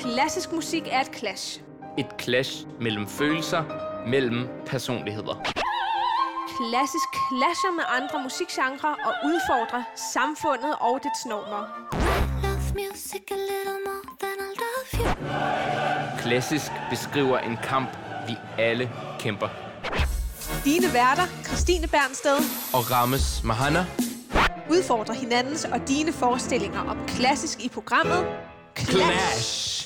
Klassisk musik er et clash. Et clash mellem følelser, mellem personligheder. Klassisk clasher med andre musikgenrer og udfordrer samfundet og dets normer. Klassisk beskriver en kamp, vi alle kæmper. Dine værter, Christine Bernsted og Rames Mahana, udfordrer hinandens og dine forestillinger om klassisk i programmet Clash.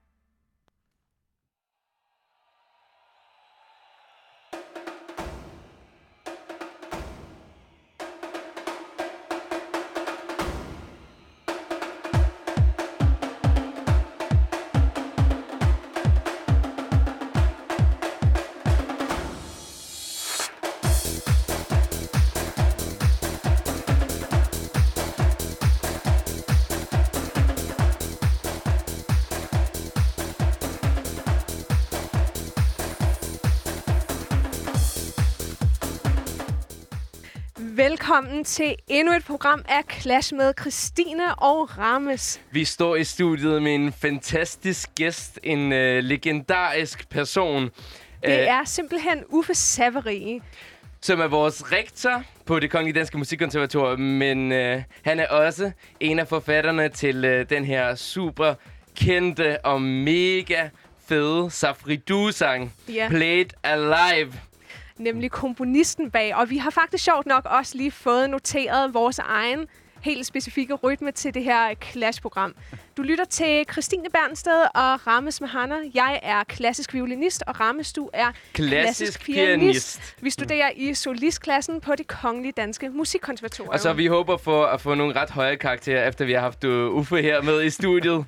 Velkommen til endnu et program af Clash med Christine og Rames. Vi står i studiet med en fantastisk gæst, en legendarisk person. Det er simpelthen Uffe Savery, som er vores rektor på Det Kongelige Danske Musikkonservatorium, men han er også en af forfatterne til den her super kendte og mega fede Safri Duo-sang, Played Alive. Nemlig komponisten bag, og vi har faktisk sjovt nok også lige fået noteret vores egen helt specifikke rytme til det her Clash-program. Du lytter til Christine Bernsted og Rames Mahana. Jeg er klassisk violinist, og Rames, du er klassisk pianist. Vi studerer i solistklassen på Det Kongelige Danske Musikkonservatorium. Og så vi håber for at få nogle ret høje karakterer, efter vi har haft Uffe her med i studiet.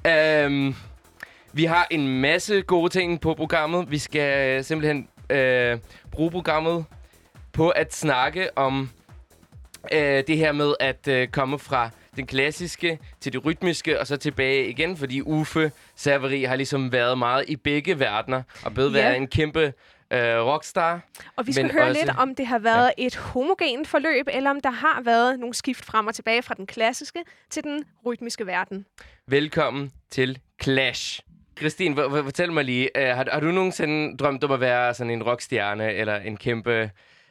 Vi har en masse gode ting på programmet. Vi skal simpelthen bruge programmet på at snakke om det her med at komme fra den klassiske til det rytmiske og så tilbage igen, fordi Uffe Savery har ligesom været meget i begge verdener og både været en kæmpe rockstar. Og vi skal høre også lidt om det har været et homogent forløb, eller om der har været nogle skift frem og tilbage fra den klassiske til den rytmiske verden. Velkommen til Clash. Christine, fortæl mig lige, har du nogensinde drømt om at være sådan en rockstjerne, eller en kæmpe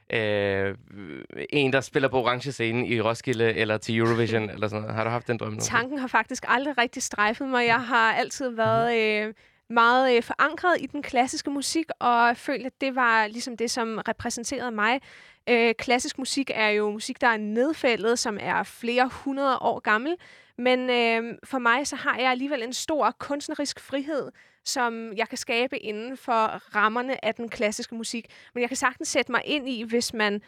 en, der spiller på orange scene i Roskilde, eller til Eurovision, eller sådan noget? Har du haft den drøm? Tanken har faktisk aldrig rigtig strejfet mig. Jeg har altid været meget forankret i den klassiske musik, og følte, at det var ligesom det, som repræsenterede mig. Klassisk musik er jo musik, der er nedfældet, som er flere hundrede år gammel. Men for mig, så har jeg alligevel en stor kunstnerisk frihed, som jeg kan skabe inden for rammerne af den klassiske musik. Men jeg kan sagtens sætte mig ind i, hvis man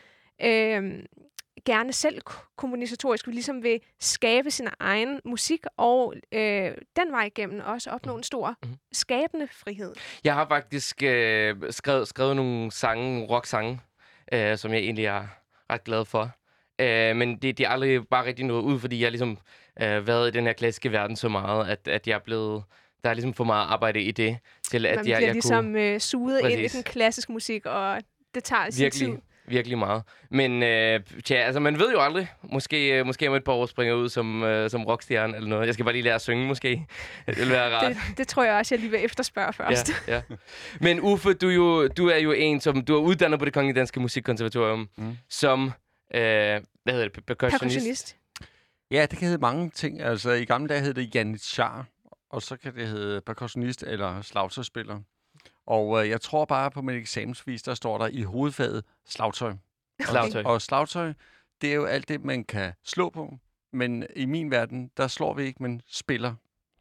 gerne selv kompositorisk ligesom vil skabe sin egen musik, og den vej igennem også opnå en stor skabende frihed. Jeg har faktisk skrevet nogle sange, rock-sange, som jeg egentlig er ret glad for. Men det er aldrig bare rigtig noget ud, fordi jeg ligesom været i den her klassiske verden så meget, at jeg er blevet... Der er ligesom for meget arbejde i det, til at jeg bliver ligesom kunne... suget ind i den klassiske musik, og det tager sin tid. Virkelig meget. Men altså man ved jo aldrig. Måske om et par år springer ud som rockstjerne eller noget. Jeg skal bare lige lære at synge, måske. Det vil være rart. Det tror jeg også, jeg lige vil efterspørge først. Ja. Men Uffe, du er jo en, som du er uddannet på Det Kongelige Danske Musikkonservatorium, som, hvad hedder det, percussionist? Ja, det kan hedde mange ting. Altså i gamle dage hed det janitjar, og så kan det hedde percussionist eller slagtøjspiller. Og jeg tror bare på min eksamensvis, der står der i hovedfaget slagtøj. Og slagtøj, det er jo alt det, man kan slå på. Men i min verden, der slår vi ikke, men spiller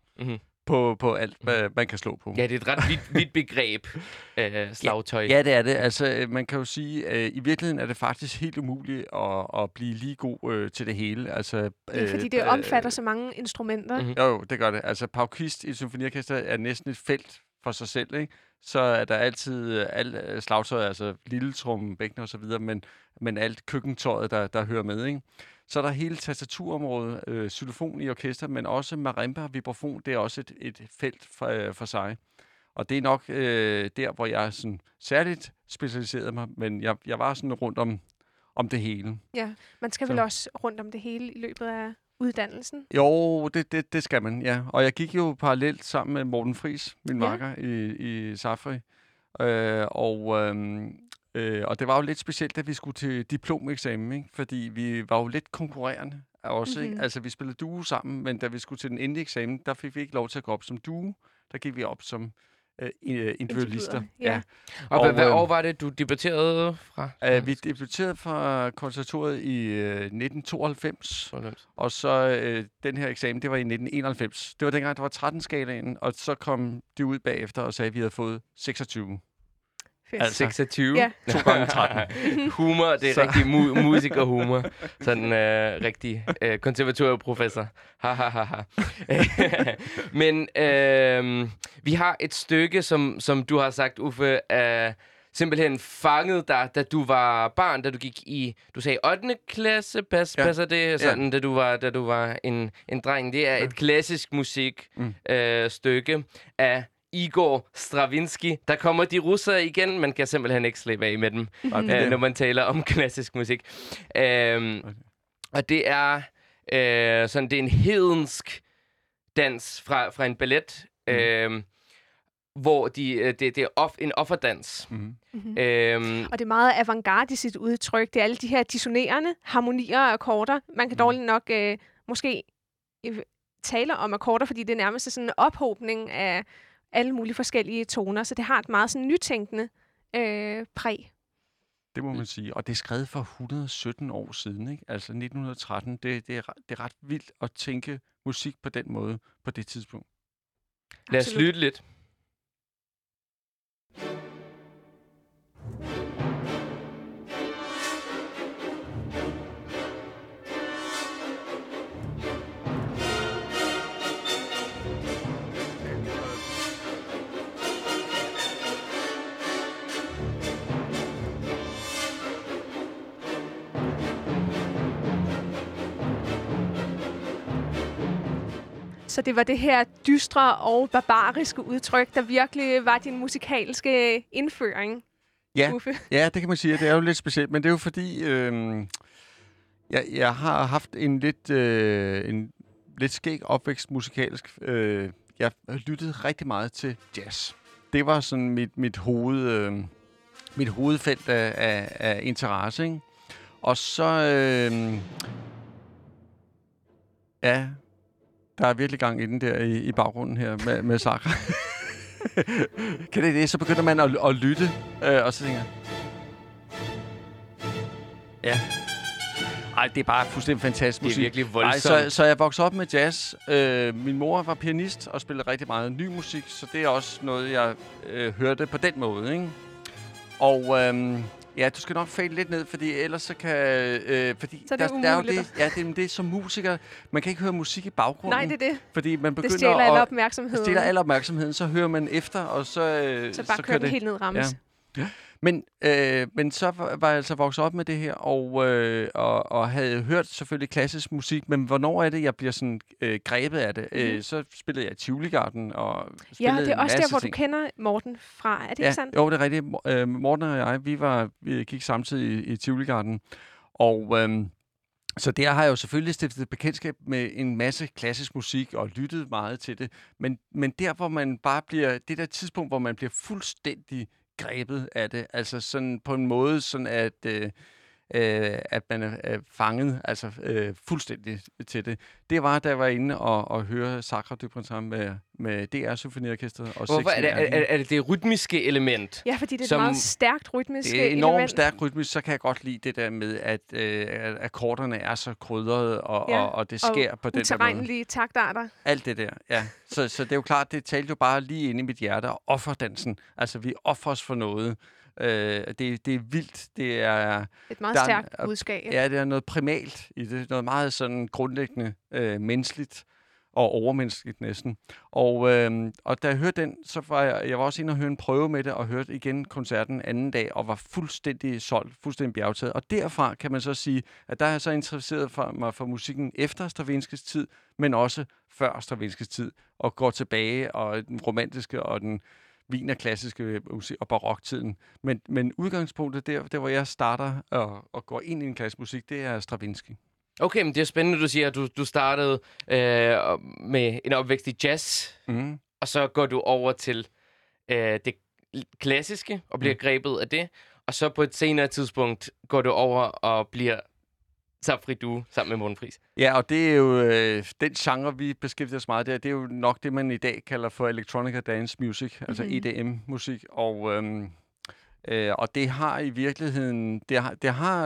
på alt, hvad man kan slå på. Ja, det er et ret vidt begreb, slagtøj. Ja, det er det. Altså, man kan jo sige, i virkeligheden er det faktisk helt umuligt at blive lige god til det hele. Altså, fordi det omfatter så mange instrumenter. Jo, det gør det. Altså, paukist i et symfoniorkester er næsten et felt for sig selv, ikke? Så er der altid slagtøj, altså lilletrum, bækkener og så videre, men alt køkkentøjet, der hører med, ikke? Så er der hele tastaturområdet, xylofon i orkester, men også marimba, vibrafon, det er også et felt for sig. Og det er nok der, hvor jeg sådan særligt specialiserede mig, men jeg var sådan rundt om det hele. Ja, man skal vel også rundt om det hele i løbet af uddannelsen? Jo, det skal man, ja. Og jeg gik jo parallelt sammen med Morten Friis, min Ja. makker i Safri. Og det var jo lidt specielt, da vi skulle til diplomeksamen, ikke? Fordi vi var jo lidt konkurrerende også, ikke? Altså, vi spillede duo sammen, men da vi skulle til den endelige eksamen, der fik vi ikke lov til at gå op som duo. Der gik vi op som individualister. Ja. Og hvad år var det, du debuterede fra? Vi debuterede fra konservatoriet i 1992, og så den her eksamen, det var i 1991. Det var dengang, der var 13-skalaen, og så kom de ud bagefter og sagde, at vi havde fået 26. Fedt. Altså, 26? Ja. 2 gange 13. Humor, det er rigtig musikerhumor. Sådan rigtig konservatorieprofessor. Ha, ha, ha, ha. Men vi har et stykke, som du har sagt, Uffe, simpelthen fanget dig, da du var barn, da du gik i, du sagde 8. klasse, passer det sådan, da du var en dreng. Det er et klassisk musik stykke af Igor Stravinsky. Der kommer de russere igen. Man kan simpelthen ikke slippe af med dem, når man taler om klassisk musik. Og det er sådan, det er en hedensk dans fra en ballet, hvor det er en offerdans. Og det er meget avantgarde i sit udtryk. Det er alle de her dissonerende harmonier og akkorder. Man kan dårligt nok måske tale om akkorder, fordi det nærmest er sådan en ophobning af alle mulige forskellige toner, så det har et meget sådan nytænkende præg. Det må man sige. Og det er skrevet for 117 år siden, ikke? Altså 1913. Det er ret vildt at tænke musik på den måde på det tidspunkt. Lad os lytte lidt. Så det var det her dystre og barbariske udtryk, der virkelig var din musikalske indføring, Uffe. Ja, det kan man sige. Det er jo lidt specielt, men det er jo fordi, jeg har haft en lidt skæg opvækst musikalsk. Jeg lyttede rigtig meget til jazz. Det var sådan mit hovedfelt af interesse, ikke? Og så der er virkelig gang i den der i baggrunden her med Saka. Kan det? Så begynder man at lytte, og så tænker jeg... Ja. Ej, det er bare fuldstændig fantastisk musik. Det er virkelig voldsomt. Ej, så jeg voksede op med jazz. Min mor var pianist og spillede rigtig meget ny musik, så det er også noget, jeg hørte på den måde, ikke? Og... ja, du skal nok fade lidt ned, fordi ellers så kan... fordi så det der er jo det, det er som musiker. Man kan ikke høre musik i baggrunden. Nej, det er det. Fordi man begynder det stjæler al opmærksomheden. Det stjæler al opmærksomheden, så hører man efter, og så bare kører det helt ned rammes. Ja. Men så var jeg altså vokset op med det her, og havde hørt selvfølgelig klassisk musik, men hvornår er det, jeg bliver sådan grebet af det? Så spillede jeg i Tivoligarden og spillede det er også der, hvor ting. du kender Morten fra. Er det ikke sandt? Jo, det er rigtigt. Morten og jeg, vi gik samtidig i Tivoligarden, og... Så der har jeg jo selvfølgelig stiftet bekendtskab med en masse klassisk musik og lyttet meget til det. Men der, hvor man bare bliver... Det der tidspunkt, hvor man bliver fuldstændig grebet af det. Altså sådan på en måde, sådan at man er fanget fuldstændig til det. Det var, da jeg var inde og høre Sacre du Printemps med DR Symfoniorkestret. Hvorfor er det rytmiske element? Ja, fordi det er et meget stærkt rytmisk element. Det er enormt stærkt rytmisk, så kan jeg godt lide det der med, at akkorderne er så krydrede, og det sker på den der måde. Uterrenlige taktarter. Alt det der, ja. Så det er jo klart, det talte jo bare lige ind i mit hjerte, og offerdansen. Altså, vi offres for noget. Det er vildt. Det er et meget stærkt budskab. Ja, det er noget primalt i det. Noget meget sådan grundlæggende menneskeligt og overmenneskeligt næsten. Og da jeg hørte den, så var jeg var også inde og høre en prøve med det, og hørte igen koncerten anden dag, og var fuldstændig solgt, fuldstændig bjergtaget. Og derfra kan man så sige, at der er jeg så interesseret mig for musikken efter Stravinskys tid, men også før Stravinskys tid, og går tilbage, og den romantiske og den wienerklassiske musik og baroktiden. Men udgangspunktet der hvor jeg starter og går ind i en klassisk musik, det er Stravinsky. Okay, men det er spændende, du siger, at du startede med en opvækst i jazz, og så går du over til det klassiske og bliver grebet af det, og så på et senere tidspunkt går du over og bliver Safri Duo sammen med Morten Friis. Ja, og det er jo den genre, vi beskæftiger os meget der. Det er jo nok det, man i dag kalder for Electronica Dance Music, altså EDM-musik. Og det har i virkeligheden, det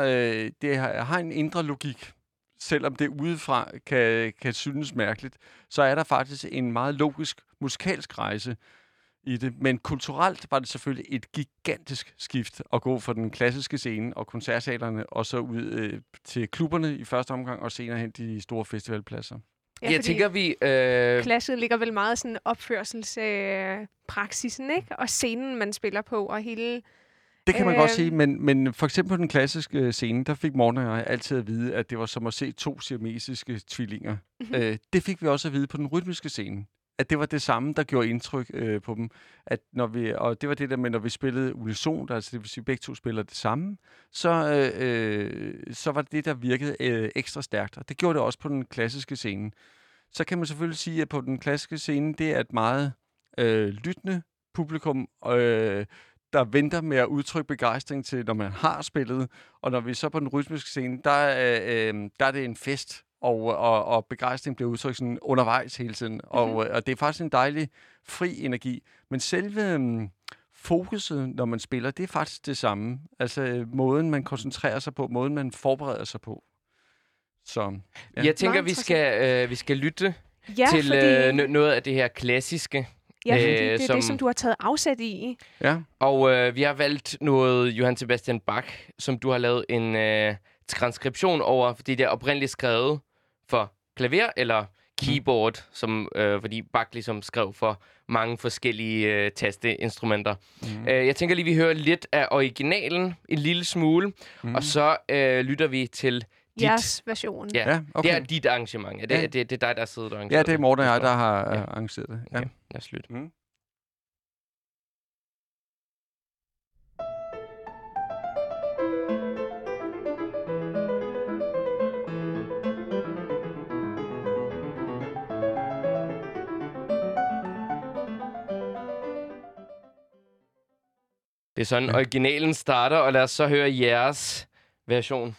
har en indre logik. Selvom det udefra kan synes mærkeligt, så er der faktisk en meget logisk musikalsk rejse i det. Men kulturelt var det selvfølgelig et gigantisk skift at gå fra den klassiske scene og koncertsalerne, og så ud til klubberne i første omgang, og senere hen de store festivalpladser. Ja, jeg tænker, vi... Klasset ligger vel meget sådan opførselspraksisen, ikke? Og scenen, man spiller på, og hele... Det kan man godt sige, men for eksempel på den klassiske scene, der fik Morten og jeg altid at vide, at det var som at se 2 siamesiske tvillinger. Det fik vi også at vide på den rytmiske scene. At det var det samme, der gjorde indtryk på dem. Og det var det der med, når vi spillede unison, altså det vil sige, at begge to spiller det samme, så var det det, der virkede ekstra stærkt. Og det gjorde det også på den klassiske scene. Så kan man selvfølgelig sige, at på den klassiske scene, det er et meget lyttende publikum, der venter med at udtrykke begejstring til, når man har spillet. Og når vi så på den rytmiske scene, der er det en fest, og begejstring bliver udtrykt sådan undervejs hele tiden. Og det er faktisk en dejlig, fri energi. Men selve fokuset, når man spiller, det er faktisk det samme. Altså måden, man koncentrerer sig på, måden, man forbereder sig på. Så, ja. Jeg tænker, vi skal lytte til noget af det her klassiske. Ja, fordi det er det, som du har taget afsæt i. Ja. Og vi har valgt noget Johann Sebastian Bach, som du har lavet en transkription over, fordi det er oprindeligt skrevet for klaver eller keyboard, som fordi Bach ligesom skrev for mange forskellige tasteinstrumenter. Jeg tænker lige, vi hører lidt af originalen, en lille smule, og så lytter vi til jeres version. Ja, okay. Det er dit arrangement. Det er dig, der sidder og arrangerer. Ja, det er Morten og jeg, der har arrangeret det. Ja. Okay, lad os lytte. Det er sådan, originalen starter, og lad os så høre jeres version.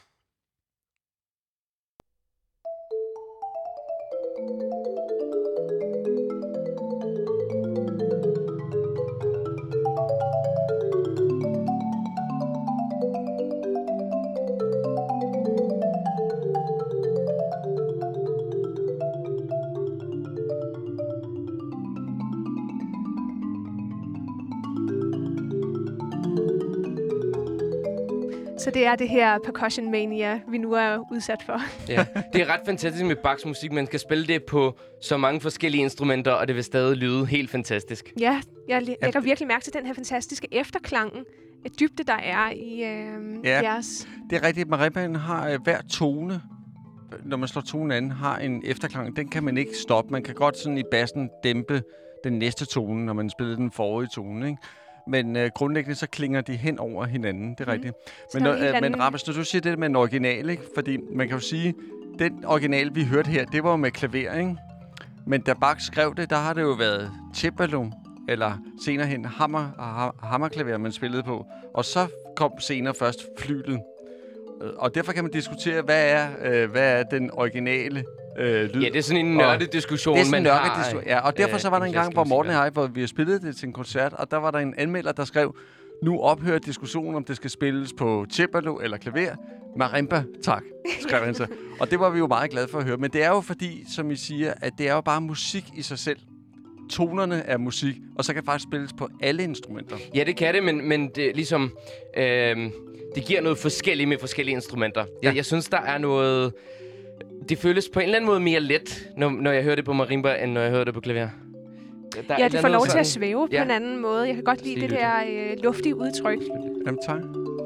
Så det er det her percussion mania, vi nu er udsat for. Ja, det er ret fantastisk med Bachs musik. Man kan spille det på så mange forskellige instrumenter, og det vil stadig lyde helt fantastisk. Ja, jeg kan virkelig mærke til den her fantastiske efterklang, dybde, der er i jeres... Det er rigtigt. Marimbaen har hver tone, når man slår tonen an, har en efterklang. Den kan man ikke stoppe. Man kan godt sådan i bassen dæmpe den næste tone, når man spiller den forrige tone, ikke? Men grundlæggende så klinger de hen over hinanden, det er rigtigt. Men Ramos, når du siger det med en original, ikke? Fordi man kan jo sige, den original, vi hørte her, det var med klaver, ikke? Men da Bach skrev det, der har det jo været cembalo, eller senere hen hammerklaver, man spillede på. Og så kom senere først flylet. Og derfor kan man diskutere, hvad er den originale lyd. Ja, det er sådan en nørdediskussion, det er sådan en nørdediskussion, ja. Og derfor så var der en gang, hvor Morten og jeg, hvor vi spillede det til en koncert, og der var der en anmelder, der skrev, nu ophører diskussionen, om det skal spilles på cembalo eller klaver. Marimba, tak, skrev han så. Og det var vi jo meget glade for at høre. Men det er jo fordi, som I siger, at det er jo bare musik i sig selv. Tonerne er musik, og så kan det faktisk spilles på alle instrumenter. Ja, det kan det, men det ligesom... det giver noget forskelligt med forskellige instrumenter. Ja. Jeg synes, der er noget... Det føles på en eller anden måde mere let, når jeg hører det på marimba, end når jeg hører det på klaver. Ja, det får lov til at svæve på en anden måde. Jeg kan godt lide det der luftige udtryk. Jamen, tak.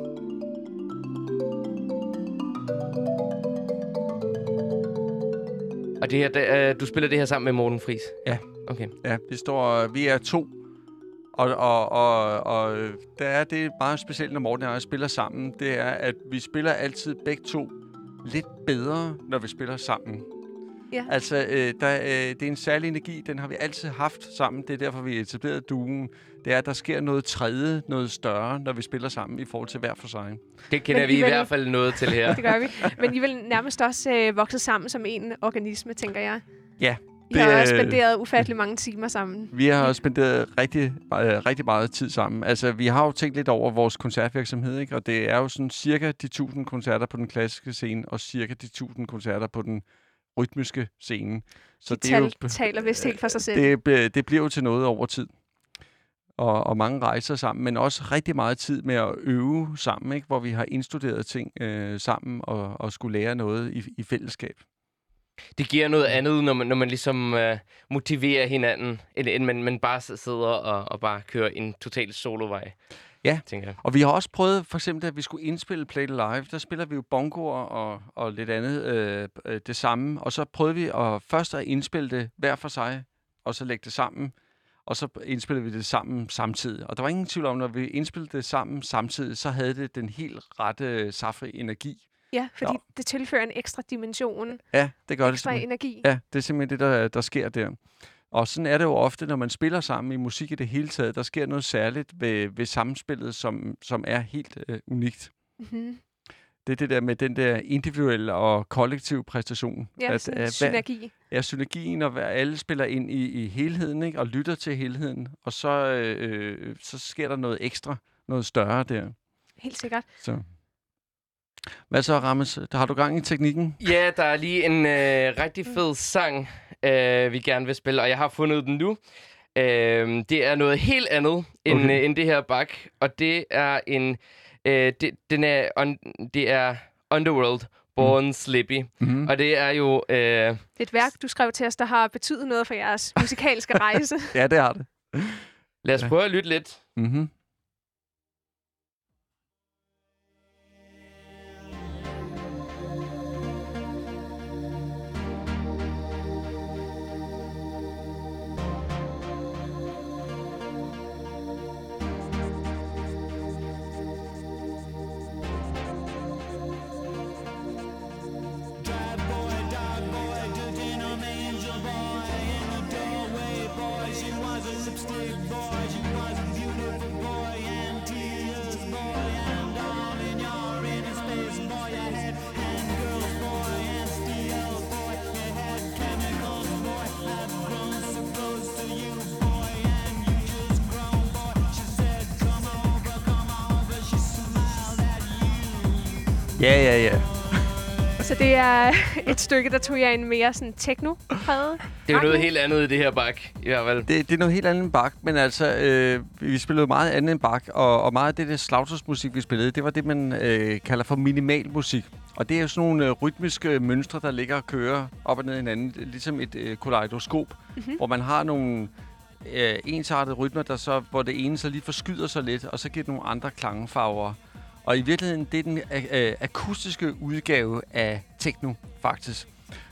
Og det her, du spiller det her sammen med Morten Friis? Ja. Okay. Ja, vi er 2. Og der er det meget specielt, når Morten og jeg spiller sammen. Det er, at vi spiller altid begge to lidt bedre, når vi spiller sammen. Ja. Altså, det er en særlig energi, den har vi altid haft sammen. Det er derfor, vi etablerede duoen. Det er, at der sker noget tredje, noget større, når vi spiller sammen i forhold til hver for sig. Det kender vi i hvert fald noget til her. Det gør vi. Men I vil nærmest også vokset sammen som en organisme, tænker jeg. Ja. I har også spenderet ufattelig mange timer sammen. Vi har også spenderet rigtig meget tid sammen. Altså, vi har jo tænkt lidt over vores koncertvirksomhed, ikke? Og det er jo sådan cirka de 1000 koncerter på den klassiske scene, og cirka de 1000 koncerter på den rytmiske scene. Så det er jo, taler vist helt for sig selv. Det bliver jo til noget over tid. Og mange rejser sammen, men også rigtig meget tid med at øve sammen, ikke? Hvor vi har indstuderet ting sammen og skulle lære noget i fællesskab. Det giver noget andet, når man ligesom motiverer hinanden, end man bare sidder og bare kører en total solovej. Ja, tænker jeg. Og vi har også prøvet, for eksempel, at vi skulle indspille Play It Live. Der spiller vi jo bongoer og lidt andet det samme. Og så prøvede vi først at indspille det hver for sig, og så lægge det sammen. Og så indspillede vi det sammen samtidig. Og der var ingen tvivl om, når vi indspillede det sammen samtidig, så havde det den helt rette safrige energi. Ja, fordi det tilfører en ekstra dimension. Ja, det gør ekstra energi. Ja, det er simpelthen det, der sker der. Og sådan er det jo ofte, når man spiller sammen i musik i det hele taget. Der sker noget særligt ved samspillet, som er helt unikt. Mm-hmm. Det er det der med den der individuelle og kollektive præstation. Ja, synergi. Ja, synergien, og alle spiller ind i helheden, ikke? Og lytter til helheden. Og så sker der noget ekstra, noget større der. Helt sikkert. Så. Hvad så, Rammes? Har du gang i teknikken? Ja, der er lige en rigtig fed sang, vi gerne vil spille, og jeg har fundet den nu. Det er noget helt andet end det her bak, og det er det er Underworld, Born Slippy. Mm-hmm. Og det er jo... et værk, du skrev til os, der har betydet noget for jeres musikalske rejse. Ja, det har det. Lad os prøve at lytte lidt. Mhm. Ja. Så det er et stykke, der tog jeg en mere sådan techno-præget. Det er jo noget helt andet i det her bak, i hvert fald. Det er noget helt andet end bak, men altså, vi spillede meget andet end bak, og meget af det der slagtersmusik, vi spillede, det var det, man kalder for minimalmusik. Og det er jo sådan nogle rytmiske mønstre, der ligger og kører op og ned hinanden, ligesom et kaleidoskop, hvor man har nogle ensartede rytmer, hvor det ene så lige forskyder sig lidt, og så giver det nogle andre klangfarver. Og i virkeligheden, det er den akustiske udgave af techno, faktisk.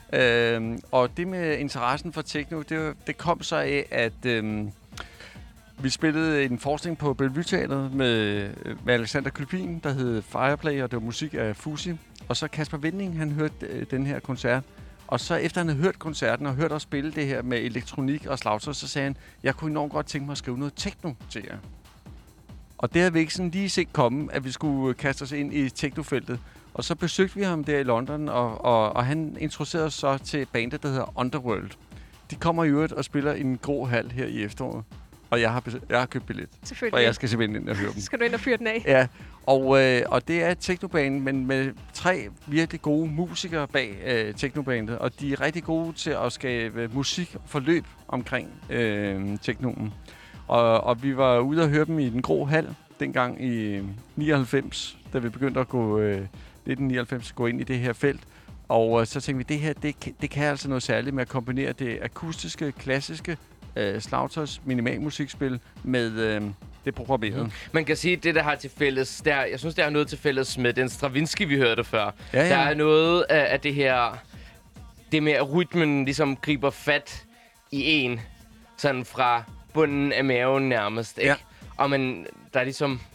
Og det med interessen for techno, det kom så af, at vi spillede en forestilling på Bellevue Teatret med Alexander Kølpin, der hed Fireplay, og det var musik af Fusi. Og så Kasper Winding, han hørte den her koncert. Og så efter han havde hørt koncerten og hørt os spille det her med elektronik og slagtøj, så sagde han, jeg kunne enormt godt tænke mig at skrive noget techno til jer. Og det havde vi ikke sådan lige set komme, at vi skulle kaste os ind i technofeltet. Og så besøgte vi ham der i London, og han introducerede os så til bandet, der hedder Underworld. De kommer i øvrigt og spiller i en grå hal her i efteråret. Og jeg har købt billet. Selvfølgelig. Og jeg skal simpelthen ind og høre dem. Skal du ind og fyre den af? Ja, og det er et technoband, men med 3 virkelig gode musikere bag technobandet. Og de er rigtig gode til at skabe musikforløb omkring technoen. Og vi var ude og høre dem i den grå hal dengang i 99, da vi begyndte at gå 1999 gå ind i det her felt. Og så tænkte vi, det her det kan altså noget særligt med at kombinere det akustiske, klassiske slagtøjs minimalmusikspil med det programmerede. Man kan sige, at det, der har til fælles, jeg synes, det har noget til fælles med den Stravinsky, vi hørte før. Ja. Der er noget af det her, det med at rytmen ligesom griber fat i en, sådan fra bunden af maven nærmest, ikke? Ja. Og der er ligesom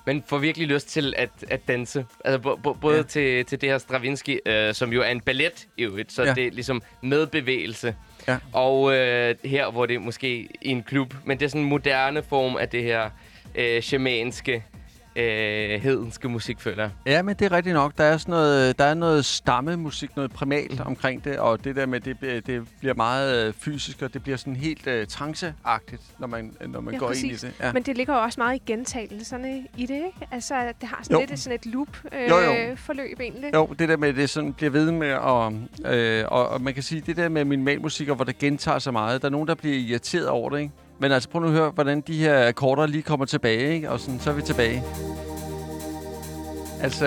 man får virkelig lyst til at danse. Altså både til det her Stravinsky, som jo er en ballet i øvrigt, så det er ligesom med bevægelse. Ja. Og her, hvor det er måske i en klub, men det er sådan en moderne form af det her shamanske, hedenske musik, føler jeg. Ja, men det er rigtigt nok. Der er noget stammemusik, noget primalt omkring det, og det der med, det bliver meget fysisk, og det bliver sådan helt tranceagtigt, når man går præcis. ind i det. Ja. Men det ligger jo også meget i gentagelserne i det, ikke? Altså, det har sådan lidt sådan et loop-forløb egentlig. Jo, det der med, det sådan bliver ved med, og man kan sige, det der med minimalmusik, hvor det gentager så meget, der er nogen, der bliver irriteret over det, ikke? Men altså, prøv nu at høre, hvordan de her akkorder lige kommer tilbage, ikke? Og sådan, så er vi tilbage. Altså,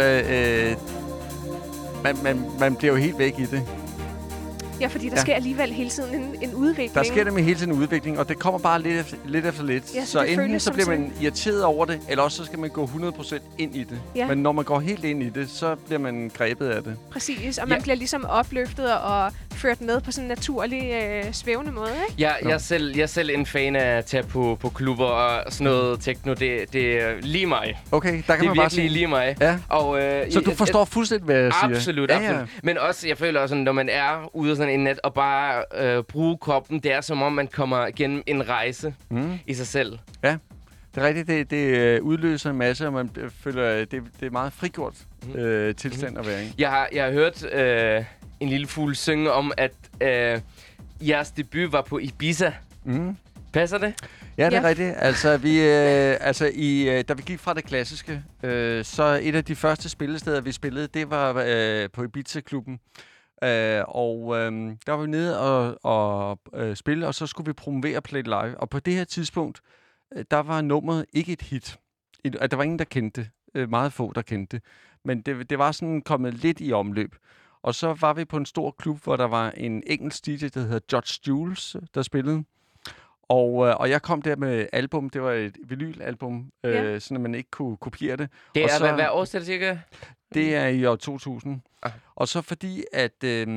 man bliver jo helt væk i det. Ja, fordi der sker alligevel hele tiden en udvikling. Der sker nemlig hele tiden en udvikling, og det kommer bare lidt efter lidt. Ja, så enten så bliver man irriteret over det, eller også så skal man gå 100% ind i det. Ja. Men når man går helt ind i det, så bliver man grebet af det. Præcis, og man bliver ligesom opløftet og ført med på sådan en naturlig, svævende måde, ikke? Ja, jeg er selv en fan af at tage på klubber og sådan noget techno. Det er lige mig. Okay, der kan man bare sige. Det er virkelig lige mig. Ja. Og, så du forstår fuldstændig, hvad jeg siger? Absolut. Men også, jeg føler også, når man er ude sådan en nat og bare bruge kroppen, det er som om, man kommer gennem en rejse i sig selv. Ja, det er rigtigt. Det udløser en masse, og man føler, det er meget frigjort tilstand at være i. Jeg har hørt en lille fugl synge om, at jeres debut var på Ibiza. Passer det? Ja, det er rigtigt. Altså, da vi gik fra det klassiske, så et af de første spillesteder, vi spillede, det var på Ibiza-klubben. Der var vi nede og spille, og så skulle vi promovere Play It Live. Og på det her tidspunkt, der var nummeret ikke et hit. Der var ingen, der kendte det. Meget få, der kendte det. Men det var sådan kommet lidt i omløb. Og så var vi på en stor klub, hvor der var en engelsk DJ, der hedder Judge Jules, der spillede. Og jeg kom der med album. Det var et vinylalbum, sådan at man ikke kunne kopiere det. Det er hvad år er det cirka? Det er i år 2000. Og så fordi, at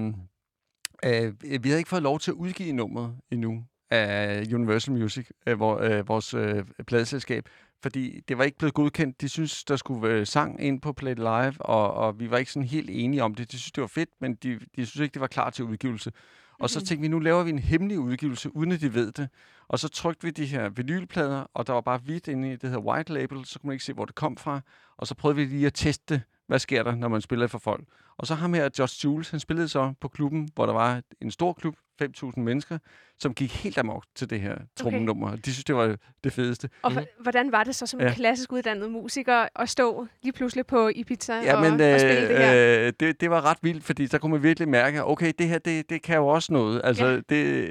vi havde ikke fået lov til at udgive nummeret endnu af Universal Music, vores pladeselskab, fordi det var ikke blevet godkendt. De synes der skulle være sang ind på Play It Live, og vi var ikke sådan helt enige om det. De synes det var fedt, men de synes ikke, det var klar til udgivelse. Og så tænkte vi, nu laver vi en hemmelig udgivelse, uden at de ved det. Og så trykte vi de her vinylplader, og der var bare hvidt inde i det her white label, så kunne man ikke se, hvor det kom fra. Og så prøvede vi lige at teste, hvad sker der, når man spiller for folk. Og så ham her, Just Jules, han spillede så på klubben, hvor der var en stor klub, 5.000 mennesker, som gik helt amok til det her trommenummer. De synes, det var det fedeste. Og hvordan var det så som klassisk uddannet musiker at stå lige pludselig på Ibiza og spille det her? Det var ret vildt, fordi så kunne man virkelig mærke, okay, det her, det kan jo også noget. Altså,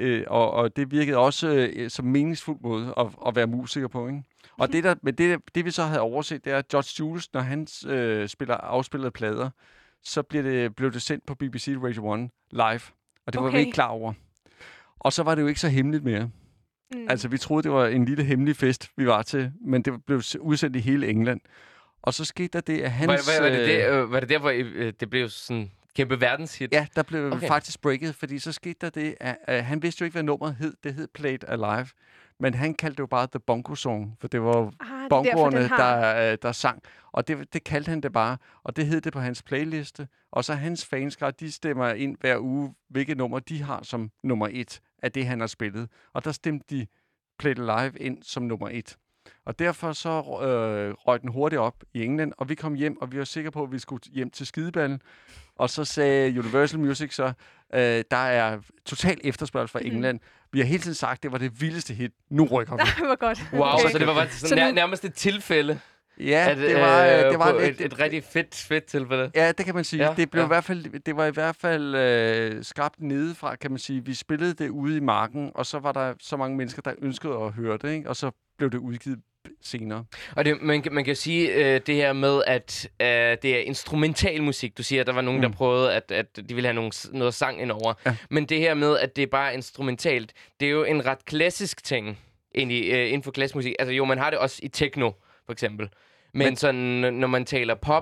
og det virkede også som meningsfuld måde at være musiker på, ikke? Og det vi så havde overset, det er, at Judge Jules, når han afspillede plader, så blev det sendt på BBC Radio 1 live. Og det var vi ikke klar over. Og så var det jo ikke så hemmeligt mere. Altså, vi troede, det var en lille hemmelig fest, vi var til, men det blev udsendt i hele England. Og så skete der det, at hans... Var det der, hvor det blev sådan kæmpe verdenshit? Ja, der blev faktisk breaket, fordi så skete der det, at han vidste jo ikke, hvad nummeret hed. Det hed Play It Alive. Men han kaldte det jo bare The Bongo Song, for det var bongoerne, der sang. Og det kaldte han det bare, og det hed det på hans playliste. Og så hans fanskrad, de stemmer ind hver uge, hvilke nummer de har som nummer 1 af det, han har spillet. Og der stemte de Play It Live ind som nummer 1. Og derfor så røg den hurtigt op i England, og vi kom hjem, og vi var sikre på, at vi skulle hjem til Skideballen. Og så sagde Universal Music så, der er total efterspørgsel fra England. Vi har hele tiden sagt, at det var det vildeste hit. Nu rykker vi. Det var godt. Wow, okay. Så det var bare nærmest et tilfælde. Ja, det var et rigtig fedt tilfælde. Ja, det kan man sige. Ja, det var i hvert fald skabt nedefra, kan man sige. Vi spillede det ude i marken, og så var der så mange mennesker, der ønskede at høre det, ikke? Og så blev det udgivet senere. Og man kan sige det her med, at det er instrumental musik. Du siger, at der var nogen, der prøvede, at de ville have noget sang indover. Ja. Men det her med, at det er bare instrumentalt, det er jo en ret klassisk ting inden for klassisk musik. Altså jo, man har det også i techno, for eksempel. Men sådan, når man taler pop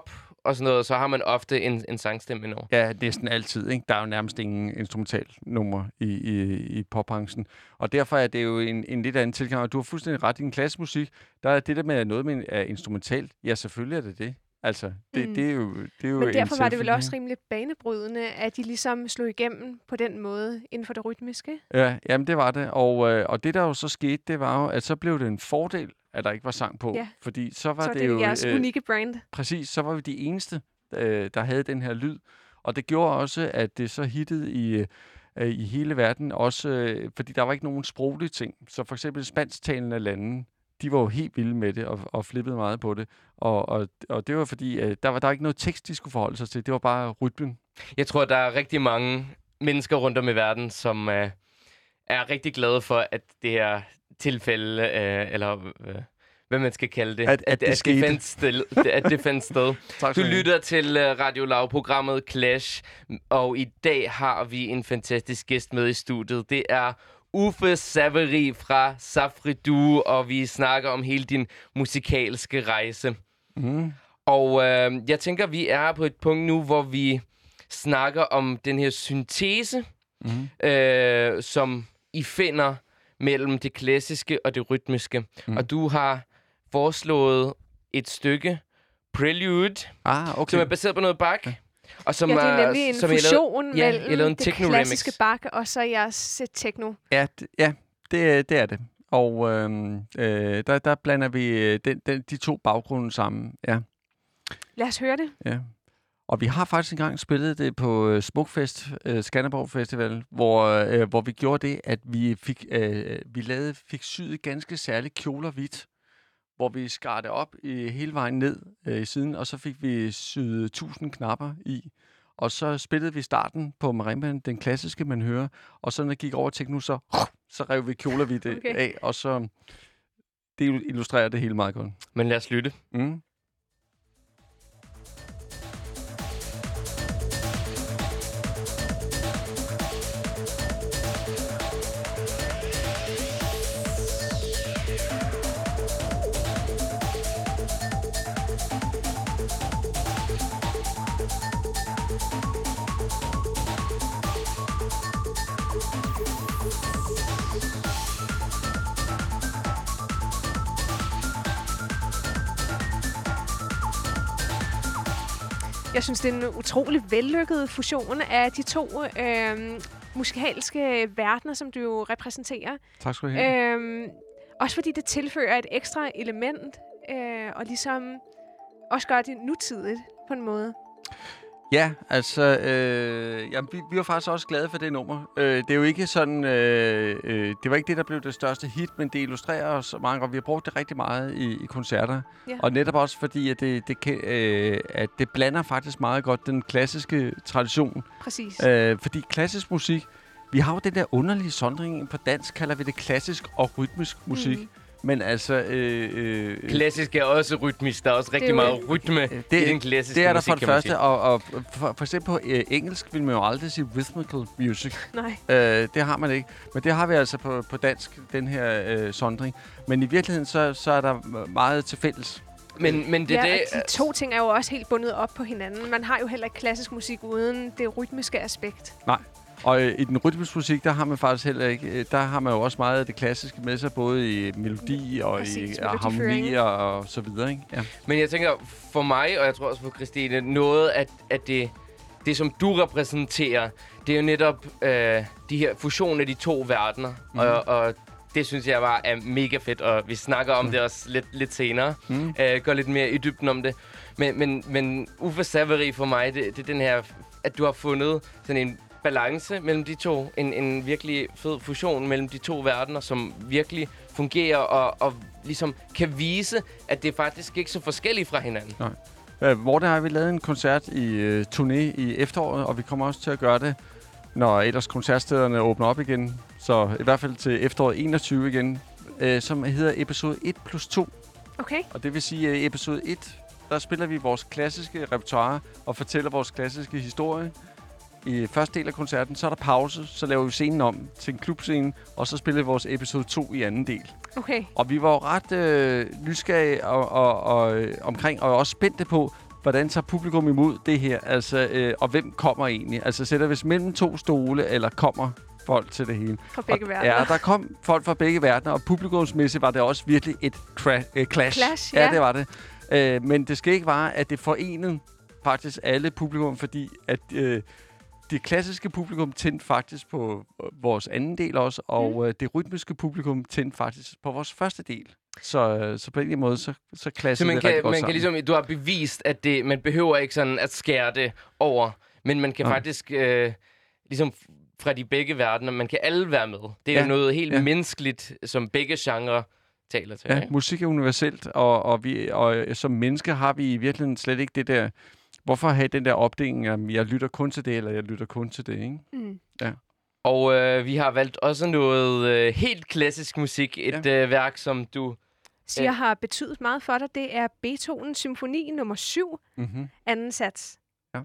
og sådan noget, så har man ofte en sangstemme endnu. Ja, næsten altid. Ikke? Der er jo nærmest ingen instrumental nummer i popbranchen. Og derfor er det jo en lidt anden tilgang. Og du har fuldstændig ret i en klassisk musik. Der er det der med noget med instrumentalt. Ja, selvfølgelig er det. Altså, det er jo men derfor var det vel også rimelig banebrydende, at de ligesom slog igennem på den måde inden for det rytmiske? Ja, jamen det var det. Og det, der jo så skete, det var jo, at så blev det en fordel, at der ikke var sang på. Ja. Fordi så var det jo jeres unikke brand. Præcis, så var vi de eneste, der havde den her lyd. Og det gjorde også, at det så hittede i hele verden, også fordi der var ikke nogen sproglige ting. Så for eksempel spansktalende lande, de var jo helt vilde med det og flippede meget på det. Og det var fordi, der var ikke noget tekst, de skulle forholde sig til. Det var bare rytmen. Jeg tror, der er rigtig mange mennesker rundt om i verden, som er rigtig glade for, at det her tilfælde, eller hvad man skal kalde det, at det fandt sted. Du lytter til Radio Loud-programmet Clash, og i dag har vi en fantastisk gæst med i studiet. Det er Uffe Savery fra Safri Duo, og vi snakker om hele din musikalske rejse. Mm. Og jeg tænker, vi er på et punkt nu, hvor vi snakker om den her syntese, som I finder mellem det klassiske og det rytmiske. Og du har foreslået et stykke, Prelude, som er baseret på noget Bach. Og som det er nemlig en fusion mellem det klassiske Bach og så jeres techno. Ja, det er det. Og der blander vi de to baggrunde sammen. Ja. Lad os høre det. Ja. Og vi har faktisk engang spillet det på Smukfest, Skanderborg Festival, hvor vi gjorde det, at vi fik syet ganske særlige kjoler hvidt, hvor vi skar det op hele vejen ned i siden, og så fik vi syet 1000 knapper i. Og så spillede vi starten på marimbaen, den klassiske, man hører, og så når det gik over techno, så rev vi kjoler hvidt af, og så det illustrerer det hele meget godt. Men lad os lytte. Mm. Jeg synes, det er en utrolig vellykket fusion af de to musikalske verdener, som du jo repræsenterer. Tak skal du have. Også fordi det tilfører et ekstra element, og ligesom også gør det nutidigt på en måde. Ja, altså, vi var faktisk også glade for det nummer. Det er jo ikke sådan, det var ikke det, der blev det største hit, men det illustrerer os mange, og vi har brugt det rigtig meget i koncerter. Ja. Og netop også fordi, at det blander faktisk meget godt den klassiske tradition. Præcis. Fordi klassisk musik, vi har jo den der underlige sondring, på dansk kalder vi det klassisk og rytmisk musik. Men altså... klassisk er også rytmisk. Der er også rigtig meget rytme i den klassiske musik. Det er der for det første. Og for eksempel på engelsk vil man jo aldrig sige rhythmical music. Nej. Det har man ikke. Men det har vi altså på dansk, den her sondring. Men i virkeligheden, så er der meget til fælles. Men det de to ting er jo også helt bundet op på hinanden. Man har jo heller ikke klassisk musik uden det rytmiske aspekt. Nej. Og i den rytmiske musik, der har man faktisk heller ikke... Der har man jo også meget af det klassiske med sig, både i melodi og i harmoni og så videre, ikke? Ja. Men jeg tænker, for mig, og jeg tror også for Christine, noget af det, som du repræsenterer, det er jo netop de her fusion af de to verdener. Og det synes jeg bare er mega fedt, og vi snakker om det også lidt senere. Går lidt mere i dybden om det. Men Uffe Savery for mig, det er den her, at du har fundet sådan en balance mellem de to. En virkelig fed fusion mellem de to verdener, som virkelig fungerer og ligesom kan vise, at det faktisk ikke er så forskelligt fra hinanden. Nej. Hvor der har vi lavet en koncert i turné i efteråret, og vi kommer også til at gøre det, når ellers koncertstederne åbner op igen. Så i hvert fald til efteråret 21 igen, som hedder episode 1+2. Okay. Og det vil sige, at episode 1, der spiller vi vores klassiske repertoire og fortæller vores klassiske historie. I første del af koncerten, så er der pause, så laver vi scenen om til en klubscene, og så spiller vi vores episode 2 i anden del. Okay. Og vi var jo ret nysgerrige omkring, og også spændte på, hvordan tager publikum imod det her? Altså, og hvem kommer egentlig? Altså, sætter vi os mellem 2 stole, eller kommer folk til det hele? Fra begge verdener. Ja, der kom folk fra begge verdener, og publikumsmæssigt var det også virkelig et clash. Ja, det var det. Men det skal ikke være, at det forenede faktisk alle publikum, fordi at det klassiske publikum tændte faktisk på vores anden del også, og det rytmiske publikum tændte faktisk på vores første del. Så på en måde, så klassede det rigtig godt man kan ligesom, du har bevist, at man behøver ikke sådan at skære det over, men man kan faktisk ligesom fra de begge verdener, man kan alle være med. Det er jo noget helt menneskeligt, som begge genrer taler til. Ja, ikke? Musik er universelt, og som mennesker har vi i virkeligheden slet ikke det der. Hvorfor have den der opdeling, at jeg lytter kun til det, eller jeg lytter kun til det, ikke? Mm. Ja. Og vi har valgt også noget helt klassisk musik. Et værk, som du siger har betydet meget for dig. Det er Beethovens symfoni nummer 7, anden sats. Ja.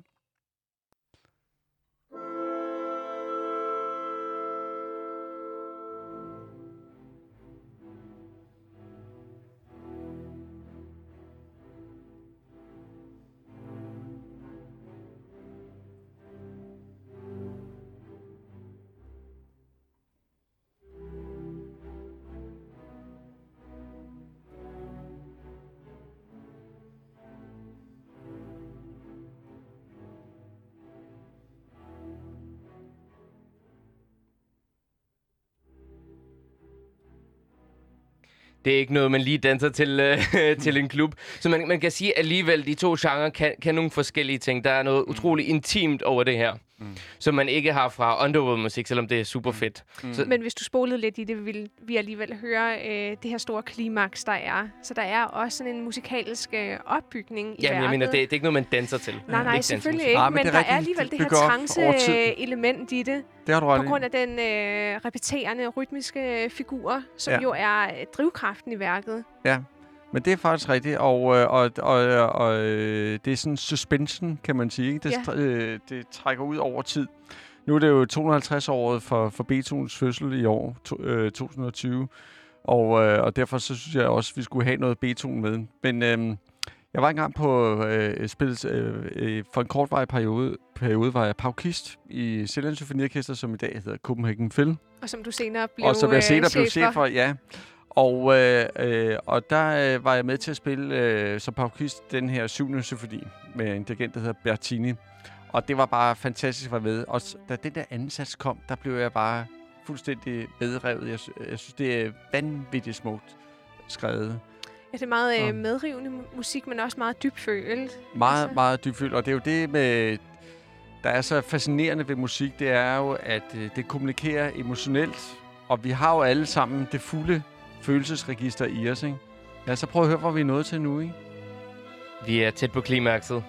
Det er ikke noget, man lige danser til en klub. Så man kan sige alligevel, de to genrer kan nogle forskellige ting. Der er noget utroligt intimt over det her, som man ikke har fra underworld-musik, selvom det er super fedt. Men hvis du spolede lidt i det, vil vi alligevel høre det her store klimaks, der er. Så der er også sådan en musikalsk opbygning i værket. Jeg mener, det er ikke noget, man danser til. Nej, selvfølgelig ikke. Men der er alligevel det her trance-element i det. Det har du ret i. På grund af den repeterende, rytmiske figur, som jo er drivkraften i værket. Ja, men det er faktisk rigtigt, og det er sådan suspension, kan man sige. Ikke? Det trækker ud over tid. Nu er det jo 250-året for Beethovens fødsel i år, 2020, og derfor så synes jeg også, at vi skulle have noget Beethoven med. Men jeg var engang på for en kortvarig periode var jeg paukist i Sjællands Symfoniorkester, som i dag hedder Copenhagen Phil. Og som du senere blev chef for. Ja. Og der var jeg med til at spille som paukist den her 7. symfoni med en dirigent, der hedder Bertini. Og det var bare fantastisk at være med. Og da den der anden sats kom, der blev jeg bare fuldstændig medrevet. Jeg synes, det er vanvittigt smukt skrevet. Ja, det er meget medrivende musik, men også meget dybfølt. Meget dybfølt. Og det er jo det med... Der er så fascinerende ved musik, det er jo, at det kommunikerer emotionelt. Og vi har jo alle sammen det fulde følelsesregister i os, ikke? Ja, så prøv at høre, hvor vi er nået til nu, ikke? Vi er tæt på klimakset.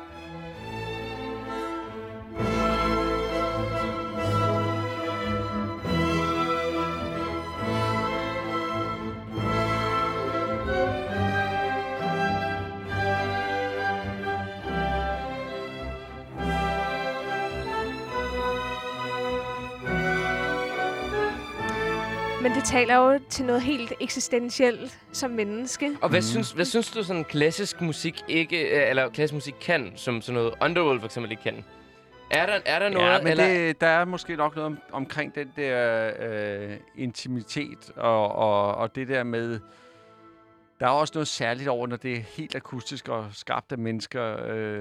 Men det taler jo til noget helt eksistentielt som menneske. Og hvad synes du sådan klassisk musik klassisk musik kan, som sådan noget Underworld for eksempel ikke kan? Er der noget? Ja, men eller? Der er måske nok noget omkring den der intimitet og det der med... Der er også noget særligt over, når det er helt akustisk og skabt af mennesker.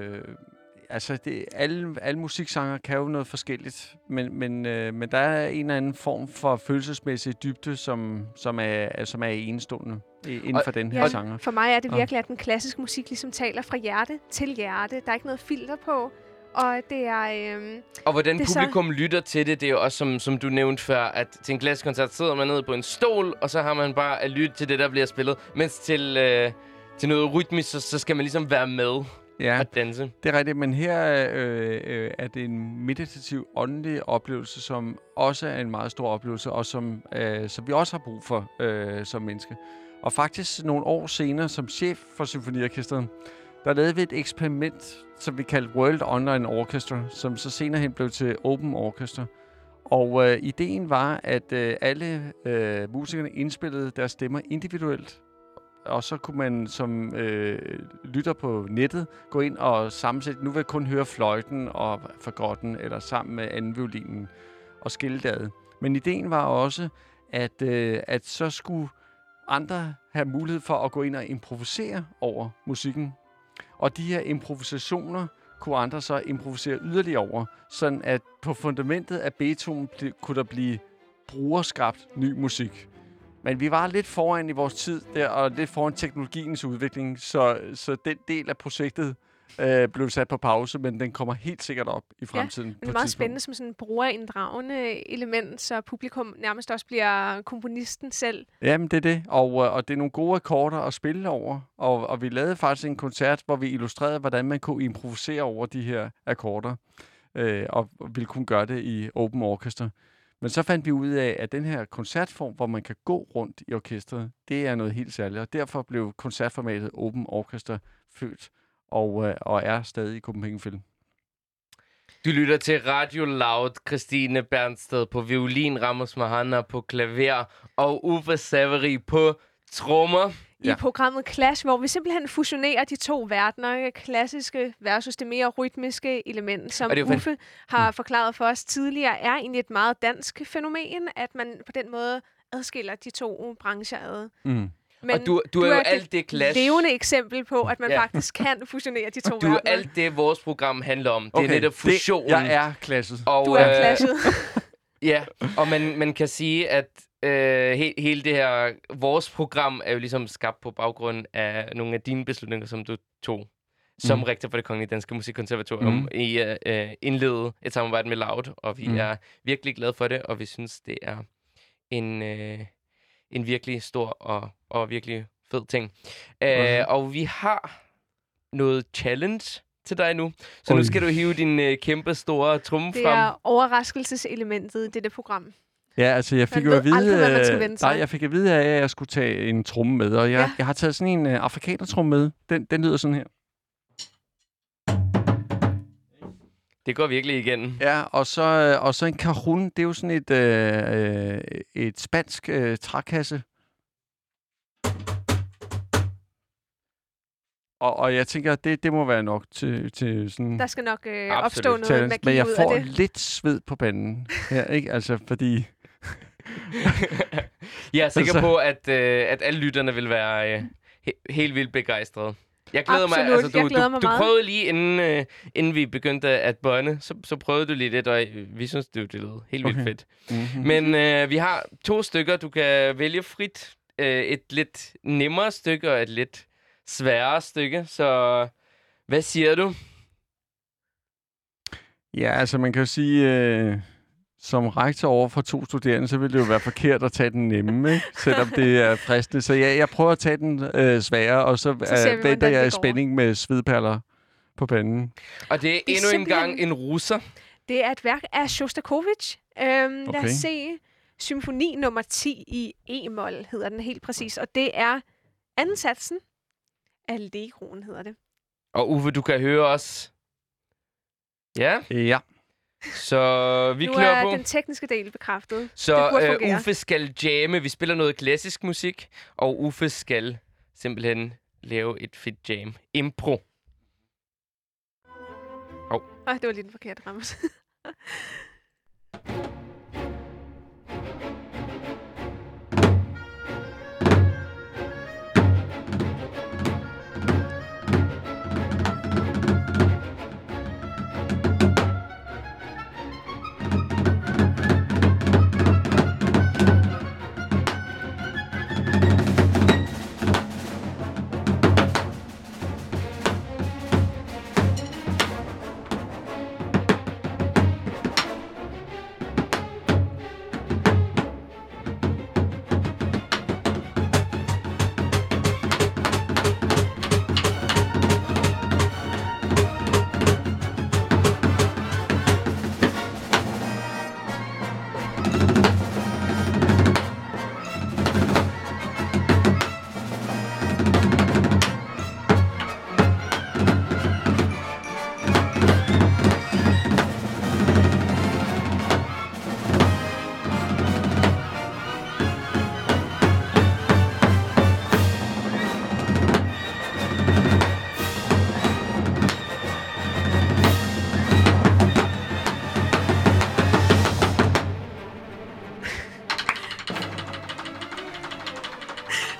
Alle musiksanger kan jo noget forskelligt, men der er en eller anden form for følelsesmæssig dybde, som er enestående inden for den her genre. For mig er det virkelig, at den klassiske musik ligesom taler fra hjerte til hjerte. Der er ikke noget filter på, og det er... og hvordan publikum lytter til det, det er jo også, som du nævnte før, at til en klassisk koncert sidder man nede på en stol, og så har man bare at lytte til det, der bliver spillet, mens til noget rytmisk, så skal man ligesom være med. Ja, at danse. Det er rigtigt, men her er det en meditativ, åndelig oplevelse, som også er en meget stor oplevelse, og som vi også har brug for som mennesker. Og faktisk nogle år senere, som chef for Symfoniorkestret, der lavede vi et eksperiment, som vi kaldte World Online Orchestra, som så senere hen blev til Open Orchestra. Og ideen var, at alle musikerne indspillede deres stemmer individuelt, og så kunne man som lytter på nettet gå ind og sammensætte. Nu vil jeg kun høre fløjten og fagotten, eller sammen med anden violinen og skille det ad. Men ideen var også, at så skulle andre have mulighed for at gå ind og improvisere over musikken. Og de her improvisationer kunne andre så improvisere yderligere over, sådan at på fundamentet af Beethoven kunne der blive brugerskabt ny musik. Men vi var lidt foran i vores tid der, og lidt foran teknologiens udvikling, så den del af projektet blev sat på pause, men den kommer helt sikkert op i fremtiden. Ja, det er meget spændende som sådan en brugerinddragende element, så publikum nærmest også bliver komponisten selv. Jamen, det er det, og det er nogle gode akkorder at spille over, og vi lavede faktisk en koncert, hvor vi illustrerede, hvordan man kunne improvisere over de her akkorder, og ville kunne gøre det i open orchestra. Men så fandt vi ud af, at den her koncertform, hvor man kan gå rundt i orkestret, det er noget helt særligt, og derfor blev koncertformatet Open Orchestra født, og er stadig i Copenhagen Phil. Du lytter til Radio Loud, Christine Bernsted på violin, Ramos Mahana på klaver og Uffe Savary på trommer. I programmet Clash, hvor vi simpelthen fusionerer de to verdener, klassiske versus det mere rytmiske element, som Uffe har forklaret for os tidligere, er egentlig et meget dansk fænomen, at man på den måde adskiller de to brancher ad. Mm. Men og du er jo alt det Clash levende eksempel på, at man faktisk kan fusionere de to verdener. Du er alt det, vores program handler om. Det er netop fusionen. Jeg er Clashet. Du er Clashet. Ja, og man kan sige, at hele det her, vores program er jo ligesom skabt på baggrund af nogle af dine beslutninger, som du tog som rektor for Det Kongelige Danske Musikkonservatorium. I indledede et samarbejde med Loud, og vi er virkelig glade for det, og vi synes, det er en virkelig stor og virkelig fed ting. Og vi har noget challenge til dig nu. Så nu skal du hive din kæmpe store tromme frem. Det er overraskelseselementet i dette program. Ja, altså jeg fik jo at vide, jeg fik at vide, at jeg skulle tage en tromme med, og jeg har taget sådan en afrikanertromme med. Den lyder sådan her. Det går virkelig igen. Ja, og så en cajun, det er jo sådan et spansk trækasse. Og jeg tænker, det må være nok til sådan... Der skal nok opstå noget magi. Men jeg får lidt sved på panden her, ikke? Altså, fordi... Jeg er sikker på, at alle lytterne vil være helt vildt begejstrede. Jeg glæder mig. Altså, du prøvede lige, inden vi begyndte at bonde, så prøvede du lige det, og vi synes, det lød helt vildt fedt. Mm-hmm. Men vi har 2 stykker, du kan vælge frit. Et lidt nemmere stykke og et lidt sværere stykke. Så hvad siger du? Ja, altså man kan jo sige... Som rektor over for 2 studerende, så vil det jo være forkert at tage den nemme, ikke? Selvom det er fristende. Så jeg prøver at tage den svære, og så venter jeg i spænding med svedperler på panden. Og det er endnu en gang en russer. Det er et værk af Shostakovich. Lad os se. Symfoni nummer 10 i E-mol hedder den helt præcis. Og det er anden satsen. Allegroen hedder det. Og Uffe, du kan høre os. Ja? Ja. Så vi klør på. Nu er den tekniske del bekræftet. Så Uffe skal jamme. Vi spiller noget klassisk musik, og Uffe skal simpelthen lave et fedt jam. Impro. Det var lidt forkert, Ramos.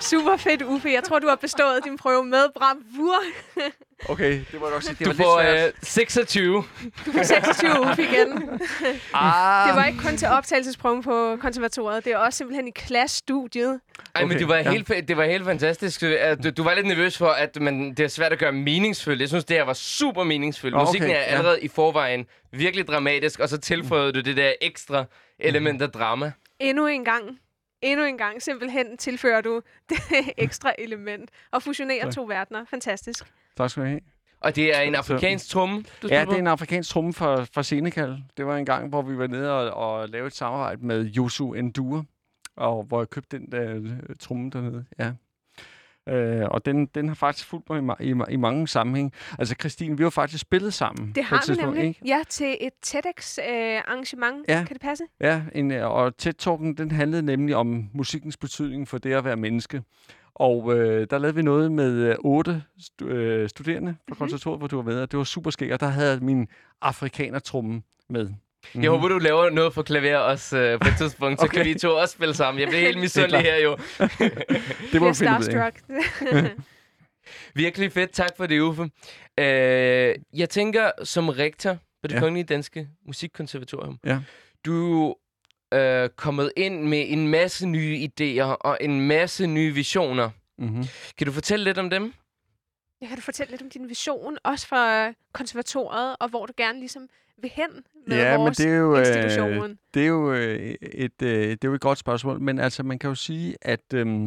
Super fedt, Uffe. Jeg tror, du har bestået din prøve med bravur. Okay, det må jeg nok sige. Det Du får 26. Du får 26, Uffe, igen. Det var ikke kun til optagelsesprøven på konservatoriet. Det er også simpelthen i klassestudiet. Ej, men det var helt fantastisk. Du var lidt nervøs for, at det er svært at gøre meningsfyldt. Jeg synes, det her var super meningsfyldt. Musikken er allerede i forvejen virkelig dramatisk, og så tilføjede du det der ekstra element af drama. Endnu en gang simpelthen tilfører du det ekstra element og fusionerer to verdener. Fantastisk. Tak skal du have. Og det er en afrikansk tromme, du spiller Ja, det er en afrikansk tromme fra Senegal. Det var en gang, hvor vi var nede og lavede et samarbejde med Youssou N'Dour, og hvor jeg købte den tromme dernede. Ja. Og den har faktisk fulgt mig i mange sammenhæng. Altså, Christine, vi har faktisk spillet sammen. Det har vi nemlig. Ikke? Ja, til et TEDx-arrangement. Ja. Kan det passe? Ja, og TED-talken, den handlede nemlig om musikkens betydning for det at være menneske. Og der lavede vi noget med 8 studerende fra konservatoriet, hvor du var med, og det var super skægt, og der havde jeg min afrikaner-tromme med. Jeg håber, du laver noget for klaver også på et tidspunkt, så kan vi to også spille sammen. Jeg bliver helt misundelig her jo. Det må vi finde ud af. Virkelig fedt. Tak for det, Uffe. Jeg tænker, som rektor på Det Kongelige Danske Musikkonservatorium, du er kommet ind med en masse nye idéer og en masse nye visioner. Mm-hmm. Kan du fortælle lidt om dem? Jeg kan du fortælle lidt om din vision, også fra konservatoriet, og hvor du gerne ligesom vil hen med vores institution? Det er jo et godt spørgsmål, men altså man kan jo sige, at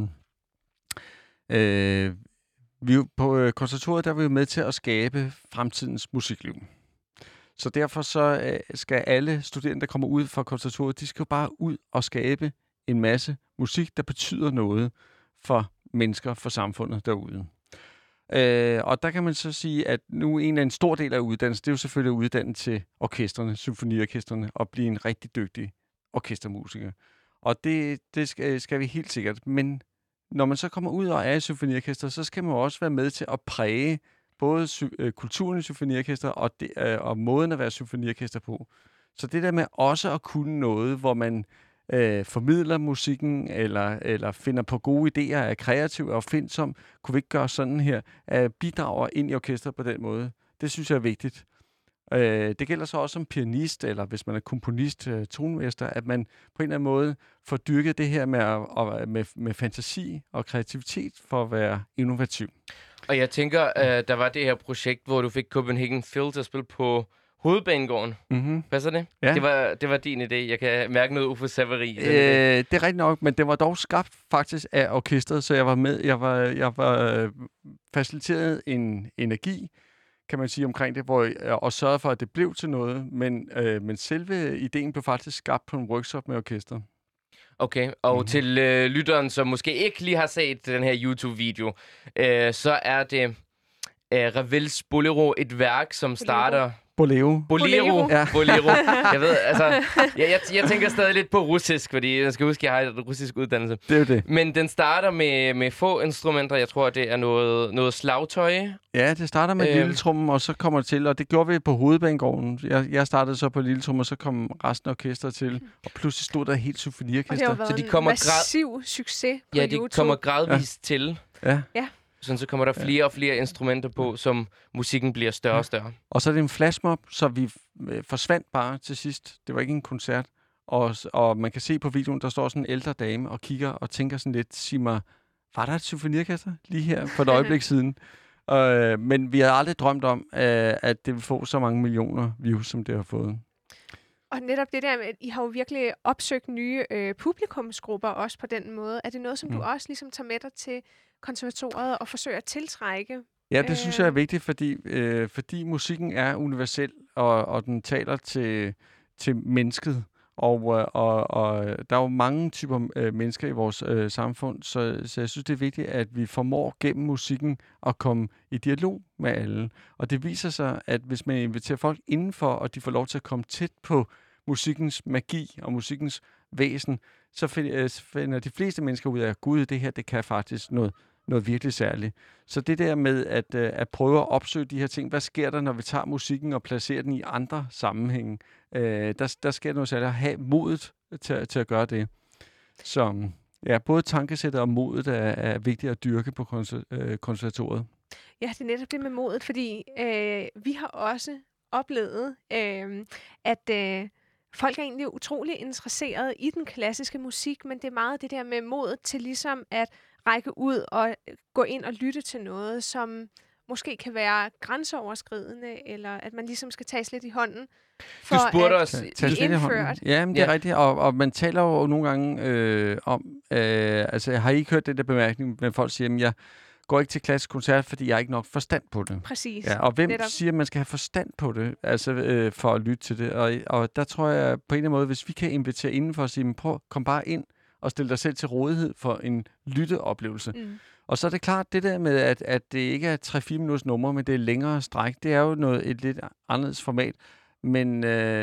vi på konservatoriet, der er vi jo med til at skabe fremtidens musikliv. Så derfor så skal alle studerende, der kommer ud fra konservatoriet, de skal jo bare ud og skabe en masse musik, der betyder noget for mennesker, for samfundet derude. Og der kan man så sige, at nu en stor del af uddannelsen, det er jo selvfølgelig at uddanne til orkestrene, symfoniorkestrene, og blive en rigtig dygtig orkestermusiker. Og det skal vi helt sikkert. Men når man så kommer ud og er i symfoniorkester, så skal man jo også være med til at præge både kulturen i symfoniorkester og måden at være symfoniorkester på. Så det der med også at kunne noget, hvor man formidler musikken, eller finder på gode idéer, er kreativ og opfindsom, kunne vi ikke gøre sådan her, bidrager ind i orkestret på den måde. Det synes jeg er vigtigt. Det gælder så også som pianist, eller hvis man er komponist, tonmester, at man på en eller anden måde får dyrket det her med fantasi og kreativitet for at være innovativ. Og jeg tænker, der var det her projekt, hvor du fik Copenhagen Phil til at spille på Hovedbanegården. Mm-hmm. Passer det? Ja. Det var din idé. Jeg kan mærke noget Uffe Saveri. Det er rigtigt nok, men det var dog skabt faktisk af orkestret, så jeg var med. Jeg var faciliteret en energi, kan man sige, omkring det, og sørgede for, at det blev til noget, men selve ideen blev faktisk skabt på en workshop med orkestret. Okay, og til lytteren, som måske ikke lige har set den her YouTube-video, så er det Ravels Bolero, et værk, som starter... Bolero. Ja. Bolero. Jeg ved, altså... Jeg tænker stadig lidt på russisk, fordi jeg skal huske, at jeg har et russisk uddannelse. Det er det. Men den starter med få instrumenter. Jeg tror, det er noget slagtøj. Ja, det starter med lilletrummen, og så kommer det til, og det gjorde vi på Hovedbanegården. Jeg startede så på lilletrummen, og så kom resten af orkestret til, og pludselig stod der helt symfoniorkester. Og det har været en massiv succes på YouTube. Ja, det kommer gradvist til. Ja. Så kommer der flere og flere instrumenter på, som musikken bliver større og større. Og så er det en flashmob, så vi forsvandt bare til sidst. Det var ikke en koncert. Og man kan se på videoen, der står sådan en ældre dame og kigger og tænker sådan lidt, sig mig, var der et symfoniorkester lige her for et øjeblik siden? Men vi havde aldrig drømt om, at det ville få så mange millioner views, som det har fået. Og netop det der med, at I har jo virkelig opsøgt nye publikumsgrupper også på den måde. Er det noget, som du også ligesom tager med dig til konservatoriet og forsøger at tiltrække? Ja, det synes jeg er vigtigt, fordi musikken er universel, og den taler til mennesket. Og der er jo mange typer mennesker i vores samfund, så jeg synes, det er vigtigt, at vi formår gennem musikken at komme i dialog med alle. Og det viser sig, at hvis man inviterer folk indenfor, og de får lov til at komme tæt på musikkens magi og musikkens væsen, så finder de fleste mennesker ud af, at gud, det her, det kan faktisk noget virkelig særligt. Så det der med at prøve at opsøge de her ting, hvad sker der, når vi tager musikken og placerer den i andre sammenhænge? Der sker noget særligt at have modet til at gøre det. Så Ja, både tankesættet og modet er vigtigt at dyrke på konservatoriet. Ja, det er netop det med modet, fordi vi har også oplevet, at folk er egentlig utrolig interesserede i den klassiske musik, men det er meget det der med modet til ligesom at række ud og gå ind og lytte til noget, som måske kan være grænseoverskridende, eller at man ligesom skal tages lidt i hånden for Du spurgte at os... blive indført. Ja, men det er rigtigt, og man taler jo nogle gange om, altså jeg har ikke hørt det der bemærkning, men folk siger, at jeg går ikke til klassisk koncert, fordi jeg har ikke nok forstand på det. Præcis. Ja, og hvem Netop. siger, at man skal have forstand på det, altså for at lytte til det? Og der tror jeg på en eller anden måde, hvis vi kan invitere indenfor og sige, prøv, kom bare ind og stille dig selv til rådighed for en lytteoplevelse. Mm. Og så er det klart, det der med, at det ikke er 3-4 minutters nummer, men det er længere stræk, det er jo et lidt anderledes format. Men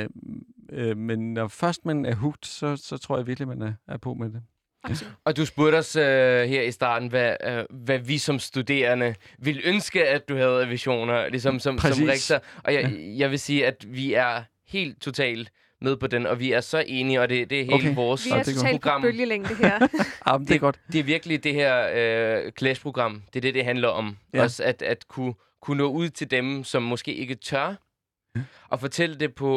når først man er hooked, så tror jeg virkelig, man er på med det. Og du spurgte os her i starten, hvad vi som studerende ville ønske, at du havde visioner, ligesom som rektor. Og jeg vil sige, at vi er helt totalt med på den, og vi er så enige, og det er hele vores program. Vi er totalt på bølgelængde her. Det er godt. Det er virkelig det her Clash-program. Det er det handler om. Ja. Også at kunne nå ud til dem, som måske ikke tør, og fortælle det på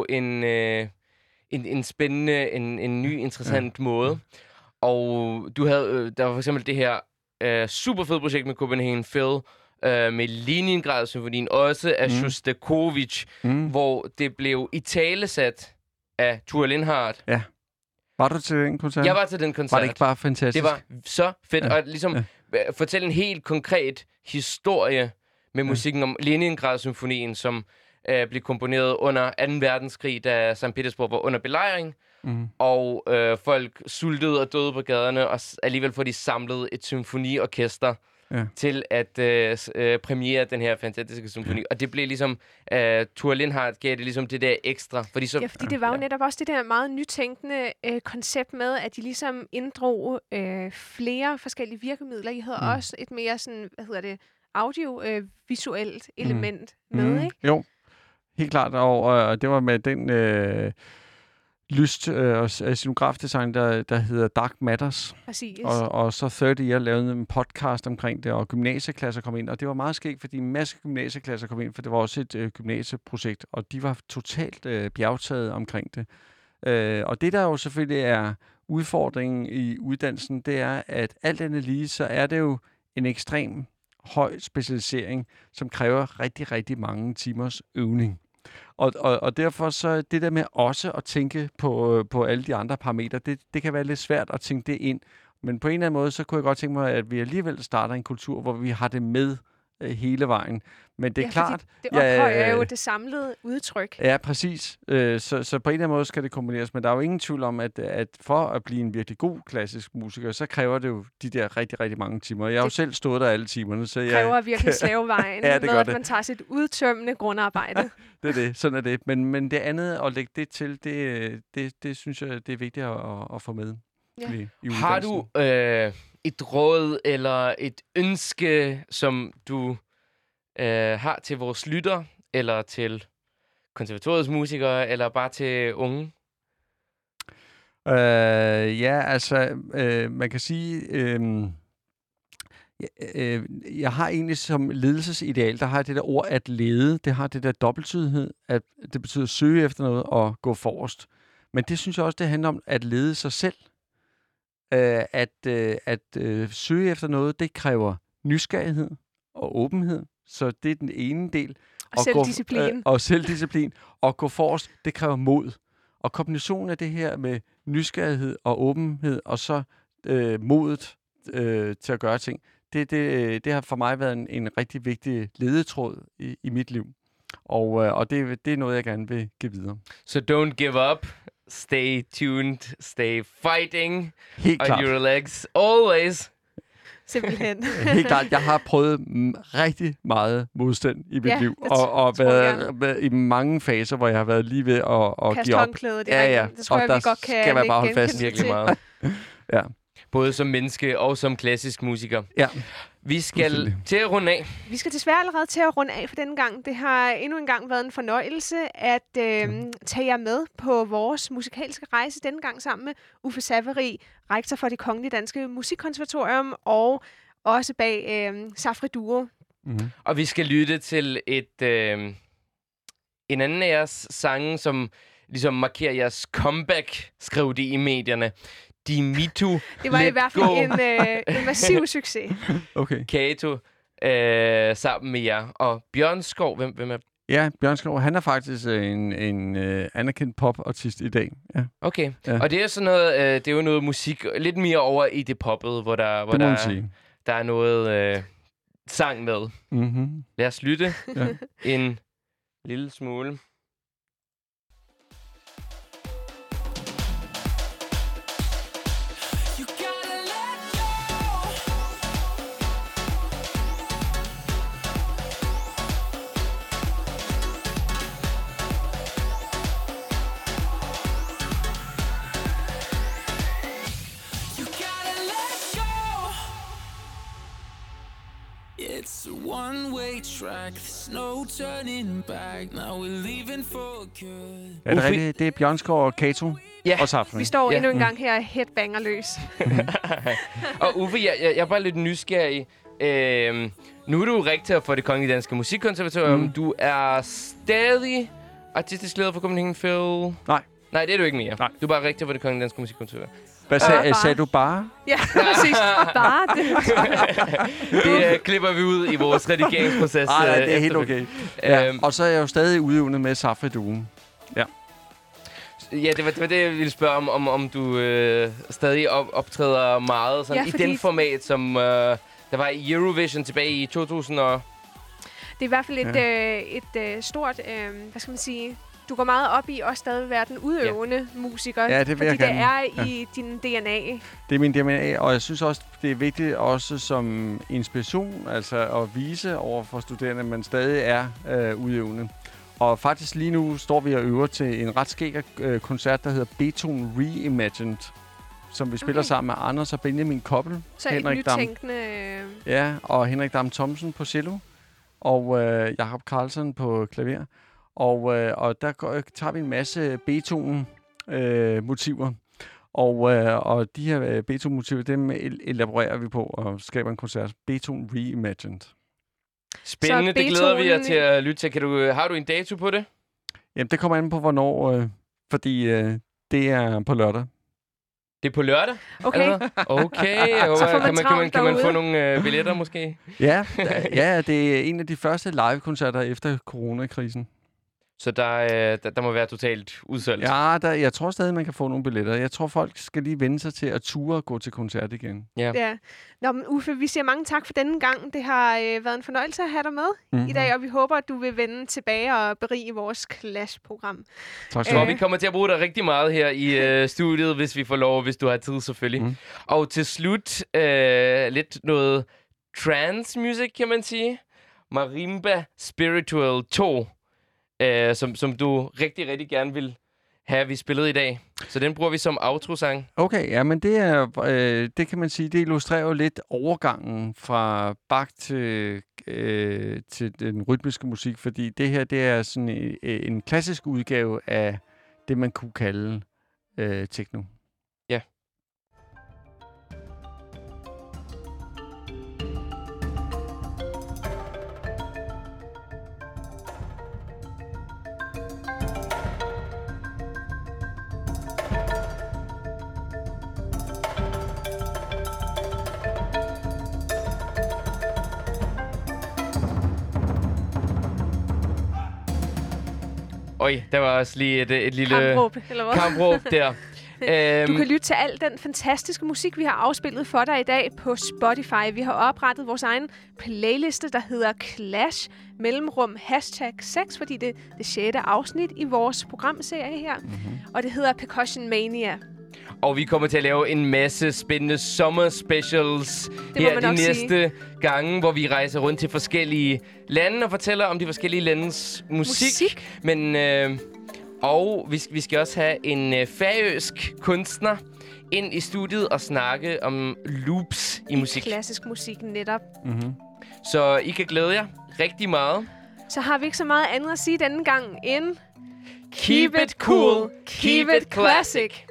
en spændende, en ny, interessant måde. Og der var for eksempel det her super fed projekt med Copenhagen Phil, med Leningrad-symfonien, også af Shostakovich, hvor det blev italesat af Thure Lindhardt. Ja. Var du til den koncert? Jeg var til den koncert. Var det ikke bare fantastisk? Det var så fedt. Ja. Og ligesom fortælle en helt konkret historie med musikken om Leningrad-symfonien, som blev komponeret under 2. verdenskrig, da St. Petersburg var under belejring. Og folk sultede og døde på gaderne, og alligevel får de samlet et symfoniorkester til at premiere den her fantastiske symfoni. Og det blev ligesom, Thure Lindhardt gav det ligesom det der ekstra. Fordi det var jo netop også det der meget nytænkende koncept med, at de ligesom inddrog flere forskellige virkemidler. I havde også et mere sådan, audiovisuelt element med, ikke? Jo, helt klart. Og det var med den... lyst og scenografdesign, der hedder Dark Matters. Præcis. Og så 30 Year lavede en podcast omkring det, og gymnasieklasser kom ind. Og det var meget skægt, fordi en masse gymnasieklasser kom ind, for det var også et gymnasieprojekt, og de var totalt bjergtaget omkring det. Og det, der jo selvfølgelig er udfordringen i uddannelsen, det er, at alt andet lige, så er det jo en ekstrem høj specialisering, som kræver rigtig, rigtig mange timers øvning. Og derfor så det der med også at tænke på alle de andre parametre, det kan være lidt svært at tænke det ind. Men på en eller anden måde, så kunne jeg godt tænke mig, at vi alligevel starter en kultur, hvor vi har det med hele vejen. Men det er klart... Det ophøjer jo det samlede udtryk. Ja, præcis. Så på en eller anden måde skal det kombineres. Men der er jo ingen tvivl om, at for at blive en virkelig god klassisk musiker, så kræver det jo de der rigtig, rigtig mange timer. Jeg har jo selv stået der alle timerne. Så det kræver virkelig slavevejen med, at man tager sit udtømmende grundarbejde. Det er det. Sådan er det. Men det andet, at lægge det til, det synes jeg, det er vigtigt at få med. Ja. I har du et råd eller et ønske, som du har til vores lytter, eller til konservatoriets musikere, eller bare til unge? Man kan sige... jeg har egentlig som ledelsesideal, der har det der ord at lede, det har det der dobbelttydighed, at det betyder at søge efter noget og gå forrest. Men det synes jeg også, det handler om at lede sig selv. At søge efter noget, det kræver nysgerrighed og åbenhed. Så det er den ene del. Og selvdisciplin. Og selvdisciplin. Og gå forrest, det kræver mod. Og kombinationen af det her med nysgerrighed og åbenhed, og så modet til at gøre ting, det har for mig været en rigtig vigtig ledetråd i mit liv. Og det er noget, jeg gerne vil give videre. So don't give up. Stay tuned. Stay fighting. Helt klart. On your legs. Always. Simpelthen. Helt klart. Jeg har prøvet rigtig meget modstand i mit liv. Og været i mange faser, hvor jeg har været lige ved at give op. Kaste håndklædet. Det tror jeg, vi godt kan skal man bare holde fast virkelig meget. Ja. både som menneske og som klassisk musiker. Ja. Vi skal til at runde af. Vi skal desværre allerede til at runde af for denne gang. Det har endnu en gang været en fornøjelse at tage jer med på vores musikalske rejse denne gang sammen med Uffe Savery, rektor for Det Kongelige Danske Musikkonservatorium og også bag Safri Duo. Mm-hmm. Og vi skal lytte til en anden af jeres sange, som ligesom markerer jeres comeback, skrev de i medierne. Dimitu. Det var i hvert fald en massiv succes. Okay. Kato sammen med jer. Og Bjørnskov, hvem er? Ja, Bjørnskov, han er faktisk en anerkendt popartist i dag. Ja. Okay. Ja. Og det er sådan noget, det er jo noget musik, lidt mere over i det poppet, hvor der er noget sang med. Mm-hmm. Lad os lytte en lille smule. It's a one-way track, there's no turning back. Now we're leaving for good. Er det rigtigt? Det er Bjørnskov og Kato og Safri. Vi står endnu en gang her headbanger løs. Og Uffe, jeg er bare lidt nysgerrig. Nu er du rektor for Det Kongelige Danske Musikkonservatorium. Du er stadig artistisk leder for Copenhagen Phil. Nej, det er du ikke mere. Nej. Du er bare rektor for Det Kongelige Danske Musikkonservatorium. Hvad sagde du bare? Ja, præcis. Bare det. Det klipper vi ud i vores redigeringsproces. Nej, det er helt okay. Ja. Og så er jeg jo stadig udøvende med Safri Duo. Ja. Ja, det var det, jeg ville spørge om du stadig optræder meget sådan, i den format, som der var i Eurovision tilbage i 2000. Og det er i hvert fald et stort, hvad skal man sige... Du går meget op i at stadig være den udøvende musiker, ja, det vil jeg gerne. Det er i din DNA. Det er min DNA, og jeg synes også, det er vigtigt også som inspiration, altså at vise over for studerende, at man stadig er udøvende. Og faktisk lige nu står vi og øver til en ret skæg koncert, der hedder Beethoven Reimagined, som vi spiller sammen med Anders og Benjamin Koppel. Så Henrik nytænkende... Ja, og Henrik Dam Thomsen på cello, og Jakob Carlsen på klaver. Og der tager vi en masse Beethoven-motiver. Og de her Beethoven-motiver, dem elaborerer vi på og skaber en koncert. Beethoven Reimagined. Spændende, det glæder vi jer til at lytte til. Har du en dato på det? Jamen, det kommer an på, hvornår, fordi det er på lørdag. Det er på lørdag? Okay. Okay. Kan man få nogle billetter måske? Ja, det er en af de første live-koncerter efter coronakrisen. Så der må være totalt udsolgt? Ja, jeg tror stadig, man kan få nogle billetter. Jeg tror, folk skal lige vende sig til at ture og gå til koncert igen. Ja. Nå, men Uffe, vi siger mange tak for denne gang. Det har været en fornøjelse at have dig med i dag, og vi håber, at du vil vende tilbage og berige vores Clash-program. Tak skal du have. Vi kommer til at bruge dig rigtig meget her i studiet, hvis vi får lov, hvis du har tid selvfølgelig. Og til slut lidt noget trance music, kan man sige. Marimba Spiritual 2. Som du rigtig, rigtig gerne vil have, vi spillet i dag. Så den bruger vi som outro-sang. Okay, ja, men det er, det kan man sige, det illustrerer jo lidt overgangen fra Bach til den rytmiske musik, fordi det her, det er sådan en klassisk udgave af det, man kunne kalde techno. Ja. Oj, der var også lige et lille kampråb der. Du kan lytte til al den fantastiske musik, vi har afspillet for dig i dag på Spotify. Vi har oprettet vores egen playliste, der hedder Clash #6, fordi det er det 6. afsnit i vores programserie her. Og det hedder Percussion Mania. Og vi kommer til at lave en masse spændende sommer specials her de næste gange, hvor vi rejser rundt til forskellige lande og fortæller om de forskellige landes musik. Men Og vi skal også have en færøsk kunstner ind i studiet og snakke om loops i musik. Klassisk musik netop. Mm-hmm. Så I kan glæde jer rigtig meget. Så har vi ikke så meget andet at sige denne gang end... Keep it cool. Keep it classic.